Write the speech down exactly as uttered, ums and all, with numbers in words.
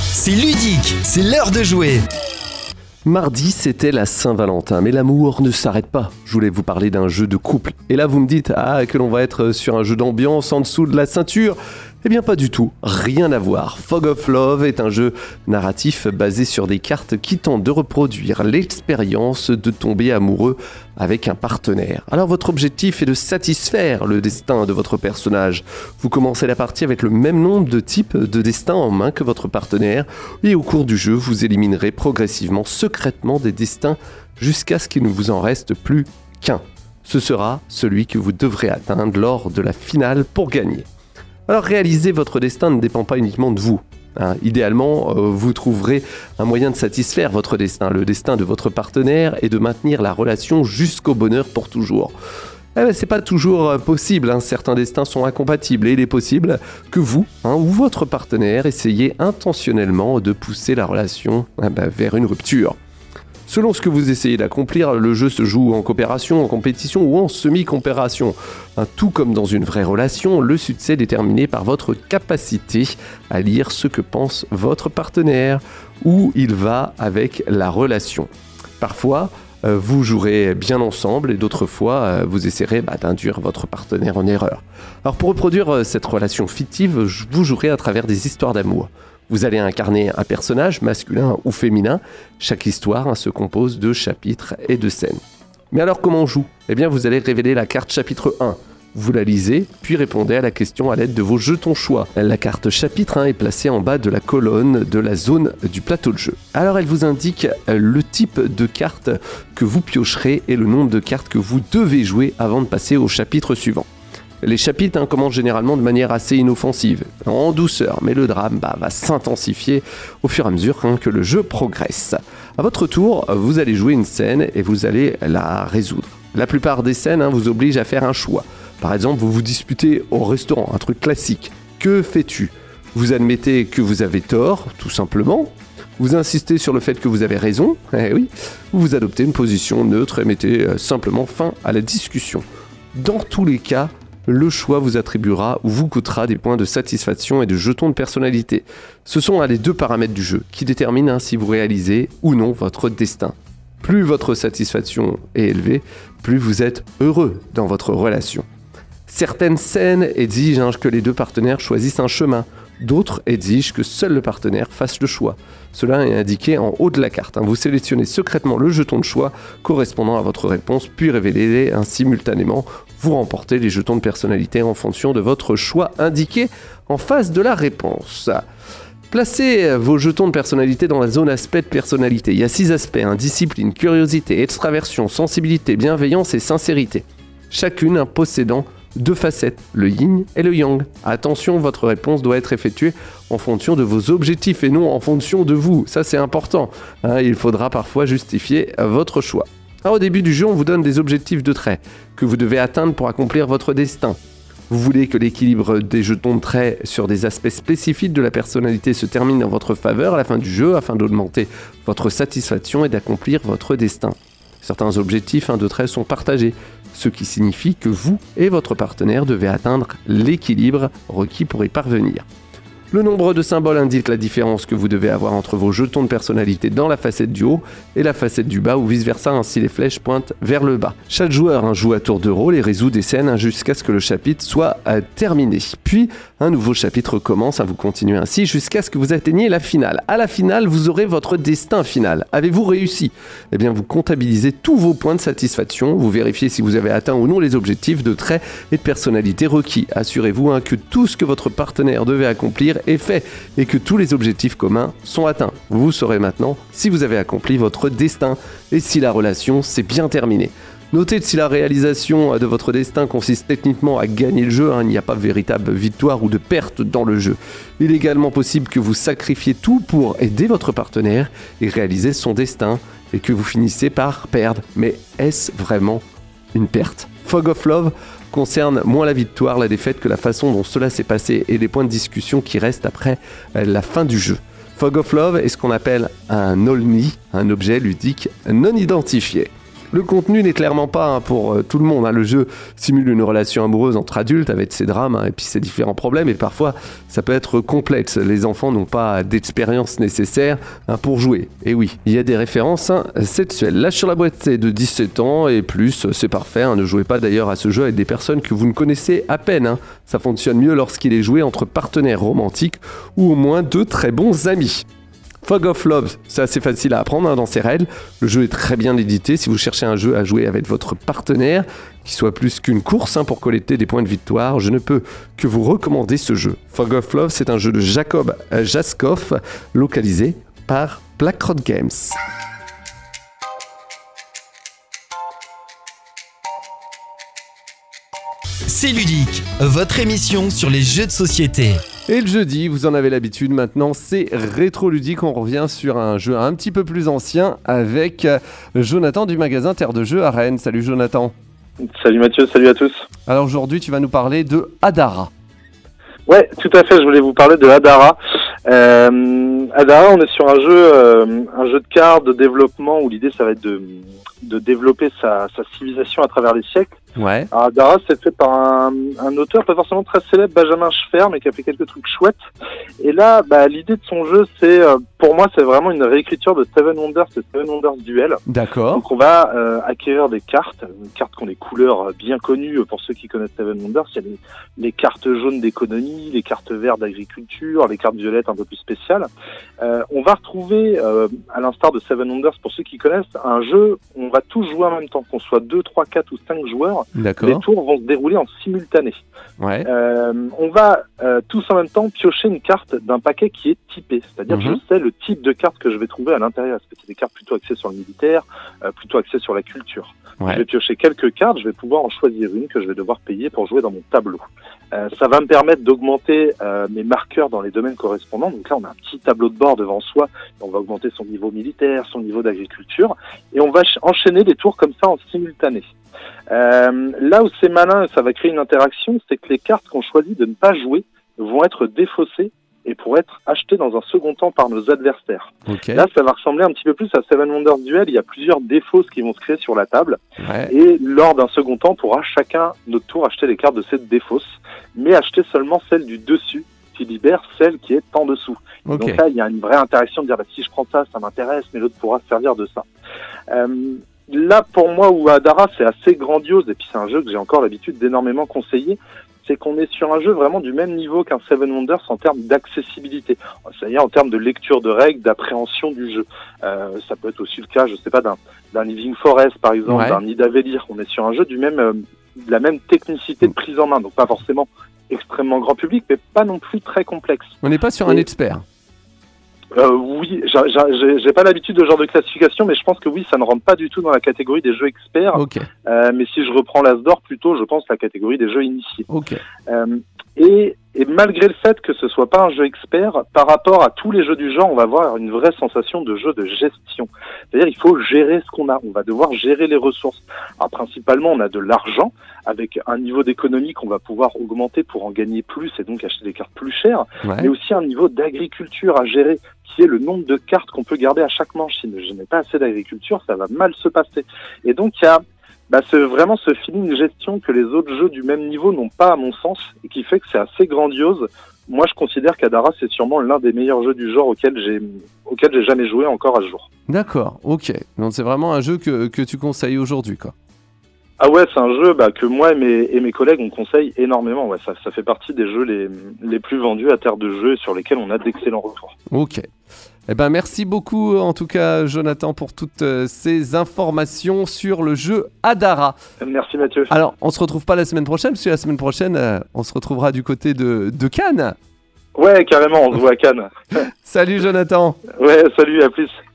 c'est ludique, c'est l'heure de jouer. Mardi, c'était la Saint-Valentin, mais l'amour ne s'arrête pas. Je voulais vous parler d'un jeu de couple. Et là, vous me dites ah, que l'on va être sur un jeu d'ambiance en dessous de la ceinture. Eh bien, pas du tout. Rien à voir. Fog of Love est un jeu narratif basé sur des cartes qui tentent de reproduire l'expérience de tomber amoureux avec un partenaire. Alors, votre objectif est de satisfaire le destin de votre personnage. Vous commencez la partie avec le même nombre de types de destins en main que votre partenaire. Et au cours du jeu, vous éliminerez progressivement, secrètement, des destins jusqu'à ce qu'il ne vous en reste plus qu'un. Ce sera celui que vous devrez atteindre lors de la finale pour gagner. Alors réaliser votre destin ne dépend pas uniquement de vous. Hein. Idéalement, euh, vous trouverez un moyen de satisfaire votre destin, le destin de votre partenaire et de maintenir la relation jusqu'au bonheur pour toujours. Eh ben, c'est pas toujours euh, possible, hein. Certains destins sont incompatibles et il est possible que vous hein, ou votre partenaire essayez intentionnellement de pousser la relation eh ben, vers une rupture. Selon ce que vous essayez d'accomplir, le jeu se joue en coopération, en compétition ou en semi-coopération. Hein, tout comme dans une vraie relation, le succès est déterminé par votre capacité à lire ce que pense votre partenaire, où il va avec la relation. Parfois, euh, vous jouerez bien ensemble et d'autres fois, euh, vous essaierez bah, d'induire votre partenaire en erreur. Alors pour reproduire euh, cette relation fictive, vous jouerez à travers des histoires d'amour. Vous allez incarner un personnage, masculin ou féminin. Chaque histoire hein, se compose de chapitres et de scènes. Mais alors comment on joue ? Eh bien vous allez révéler la carte chapitre un. Vous la lisez, puis répondez à la question à l'aide de vos jetons choix. La carte chapitre un est placée en bas de la colonne de la zone du plateau de jeu. Alors elle vous indique le type de carte que vous piocherez et le nombre de cartes que vous devez jouer avant de passer au chapitre suivant. Les chapitres hein, commencent généralement de manière assez inoffensive, en douceur, mais le drame bah, va s'intensifier au fur et à mesure hein, que le jeu progresse. À votre tour, vous allez jouer une scène et vous allez la résoudre. La plupart des scènes hein, vous obligent à faire un choix. Par exemple, vous vous disputez au restaurant, un truc classique. Que fais-tu ? Vous admettez que vous avez tort, tout simplement. Vous insistez sur le fait que vous avez raison, eh oui. Ou vous adoptez une position neutre et mettez euh, simplement fin à la discussion. Dans tous les cas, le choix vous attribuera ou vous coûtera des points de satisfaction et de jetons de personnalité. Ce sont les deux paramètres du jeu qui déterminent hein, si vous réalisez ou non votre destin. Plus votre satisfaction est élevée, plus vous êtes heureux dans votre relation. Certaines scènes exigent hein, que les deux partenaires choisissent un chemin. D'autres exigent que seul le partenaire fasse le choix. Cela est indiqué en haut de la carte. Hein. Vous sélectionnez secrètement le jeton de choix correspondant à votre réponse, puis révélez-les hein, simultanément. Vous remportez les jetons de personnalité en fonction de votre choix indiqué en face de la réponse. Placez vos jetons de personnalité dans la zone aspect de personnalité. Il y a six aspects, hein, discipline, curiosité, extraversion, sensibilité, bienveillance et sincérité. Chacune hein, possédant deux facettes, le yin et le yang. Attention, votre réponse doit être effectuée en fonction de vos objectifs et non en fonction de vous. Ça, c'est important. Hein, il faudra parfois justifier votre choix. Alors, au début du jeu, on vous donne des objectifs de traits que vous devez atteindre pour accomplir votre destin. Vous voulez que l'équilibre des jetons de traits sur des aspects spécifiques de la personnalité se termine en votre faveur à la fin du jeu afin d'augmenter votre satisfaction et d'accomplir votre destin. Certains objectifs hein, de traits sont partagés, ce qui signifie que vous et votre partenaire devez atteindre l'équilibre requis pour y parvenir. Le nombre de symboles indique la différence que vous devez avoir entre vos jetons de personnalité dans la facette du haut et la facette du bas ou vice-versa, ainsi les flèches pointent vers le bas. Chaque joueur hein, joue à tour de rôle et résout des scènes hein, jusqu'à ce que le chapitre soit euh, terminé. Puis, un nouveau chapitre commence, hein, vous continuez ainsi jusqu'à ce que vous atteigniez la finale. À la finale, vous aurez votre destin final. Avez-vous réussi ? Eh bien, vous comptabilisez tous vos points de satisfaction, vous vérifiez si vous avez atteint ou non les objectifs de traits et de personnalité requis. Assurez-vous hein, que tout ce que votre partenaire devait accomplir est fait et que tous les objectifs communs sont atteints. Vous saurez maintenant si vous avez accompli votre destin et si la relation s'est bien terminée. Notez que si la réalisation de votre destin consiste techniquement à gagner le jeu, hein, il n'y a pas de véritable victoire ou de perte dans le jeu. Il est également possible que vous sacrifiez tout pour aider votre partenaire et réaliser son destin et que vous finissez par perdre. Mais est-ce vraiment une perte ? Fog of Love concerne moins la victoire, la défaite que la façon dont cela s'est passé et les points de discussion qui restent après la fin du jeu. Fog of Love est ce qu'on appelle un only, un objet ludique non identifié. Le contenu n'est clairement pas hein, pour euh, tout le monde. Hein. Le jeu simule une relation amoureuse entre adultes avec ses drames hein, et puis ses différents problèmes. Et parfois, ça peut être complexe. Les enfants n'ont pas d'expérience nécessaire hein, pour jouer. Et oui, il y a des références hein, sexuelles. Là, sur la boîte, c'est de dix-sept ans et plus. C'est parfait. Hein. Ne jouez pas d'ailleurs à ce jeu avec des personnes que vous ne connaissez à peine. Hein. Ça fonctionne mieux lorsqu'il est joué entre partenaires romantiques ou au moins deux très bons amis. Fog of Love, c'est assez facile à apprendre hein, dans ses règles. Le jeu est très bien édité. Si vous cherchez un jeu à jouer avec votre partenaire, qui soit plus qu'une course hein, pour collecter des points de victoire, je ne peux que vous recommander ce jeu. Fog of Love, c'est un jeu de Jacob Jaskoff, localisé par Blackrock Games. C'est ludique, votre émission sur les jeux de société. Et le jeudi, vous en avez l'habitude maintenant, c'est Rétro Ludique. On revient sur un jeu un petit peu plus ancien avec Jonathan du magasin Terre de Jeux à Rennes. Salut Jonathan. Salut Mathieu, salut à tous. Alors aujourd'hui, tu vas nous parler de Hadara. Ouais, tout à fait, je voulais vous parler de Hadara. Euh, Hadara, on est sur un jeu, euh, un jeu de cartes, de développement, où l'idée, ça va être de, de développer sa, sa civilisation à travers les siècles. Ouais. Alors, Hadara, c'est fait par un, un auteur pas forcément très célèbre, Benjamin Schfer, mais qui a fait quelques trucs chouettes. Et là, bah, l'idée de son jeu, c'est, euh, pour moi, c'est vraiment une réécriture de Seven Wonders et Seven Wonders Duel. D'accord. Donc, on va euh, acquérir des cartes, des cartes qui ont des couleurs bien connues pour ceux qui connaissent Seven Wonders. Il y a les, les cartes jaunes d'économie, les cartes vertes d'agriculture, les cartes violettes un peu plus spéciales. Euh, on va retrouver, euh, à l'instar de Seven Wonders, pour ceux qui connaissent, un jeu où on va tous jouer en même temps, qu'on soit deux, trois, quatre ou cinq joueurs. D'accord. Les tours vont se dérouler en simultané. Ouais. Euh, on va euh, tous en même temps piocher une carte d'un paquet qui est typé, c'est-à-dire Mm-hmm. que je sais le type de carte que je vais trouver à l'intérieur. Est-ce que c'est des cartes plutôt axées sur le militaire, euh, plutôt axées sur la culture. Ouais. Je vais piocher quelques cartes, je vais pouvoir en choisir une que je vais devoir payer pour jouer dans mon tableau. Euh, ça va me permettre d'augmenter euh, mes marqueurs dans les domaines correspondants. Donc là, on a un petit tableau de bord devant soi. On va augmenter son niveau militaire, son niveau d'agriculture, et on va ch- enchaîner les tours comme ça en simultané. Euh, là où c'est malin, ça va créer une interaction, c'est que les cartes qu'on choisit de ne pas jouer vont être défaussées et pour être achetées dans un second temps par nos adversaires. Okay. Là, ça va ressembler un petit peu plus à Seven Wonders Duel. Il y a plusieurs défausses qui vont se créer sur la table. Ouais. Et lors d'un second temps, on pourra chacun, notre tour, acheter les cartes de cette défausse, mais acheter seulement celle du dessus, qui libère celle qui est en dessous. Okay. Donc là, il y a une vraie interaction de dire, bah, si je prends ça, ça m'intéresse, mais l'autre pourra se servir de ça. Euh, là, pour moi, où Hadara, c'est assez grandiose, et puis c'est un jeu que j'ai encore l'habitude d'énormément conseiller, c'est qu'on est sur un jeu vraiment du même niveau qu'un Seven Wonders en termes d'accessibilité, c'est-à-dire en termes de lecture de règles, d'appréhension du jeu. Euh, ça peut être aussi le cas, je sais pas, d'un, d'un Living Forest, par exemple, Ouais. d'un Nidavellir. On est sur un jeu du même, euh, de la même technicité de prise en main, donc pas forcément extrêmement grand public, mais pas non plus très complexe. On n'est pas sur un Et- expert. Euh, oui, j'ai, j'ai, j'ai pas l'habitude de ce genre de classification, mais je pense que oui, ça ne rentre pas du tout dans la catégorie des jeux experts. Ok. Euh, mais si je reprends l'As d'or, plutôt, je pense la catégorie des jeux initiés. Ok. Euh, et, et malgré le fait que ce soit pas un jeu expert, par rapport à tous les jeux du genre, on va avoir une vraie sensation de jeu de gestion. C'est-à-dire, il faut gérer ce qu'on a. On va devoir gérer les ressources. Alors, principalement, on a de l'argent avec un niveau d'économie qu'on va pouvoir augmenter pour en gagner plus et donc acheter des cartes plus chères, Ouais. mais aussi un niveau d'agriculture à gérer, qui est le nombre de cartes qu'on peut garder à chaque manche. Si je n'ai pas assez d'agriculture, ça va mal se passer. Et donc, il y a bah, ce, vraiment ce feeling gestion que les autres jeux du même niveau n'ont pas, à mon sens, et qui fait que c'est assez grandiose. Moi, je considère qu'Hadara, c'est sûrement l'un des meilleurs jeux du genre auquel j'ai, auquel j'ai jamais joué encore à ce jour. D'accord. Ok. Donc c'est vraiment un jeu que, que tu conseilles aujourd'hui, quoi. Ah ouais, c'est un jeu bah, que moi et mes, et mes collègues on conseille énormément. Ouais, ça, ça fait partie des jeux les, les plus vendus à terre de jeu et sur lesquels on a d'excellents retours. Ok. Eh ben merci beaucoup en tout cas Jonathan pour toutes euh, ces informations sur le jeu Hadara. Merci Mathieu. Alors on se retrouve pas la semaine prochaine parce que la semaine prochaine euh, on se retrouvera du côté de, de Cannes. Ouais, carrément, on se voit à Cannes. Salut Jonathan. Ouais, salut, à plus.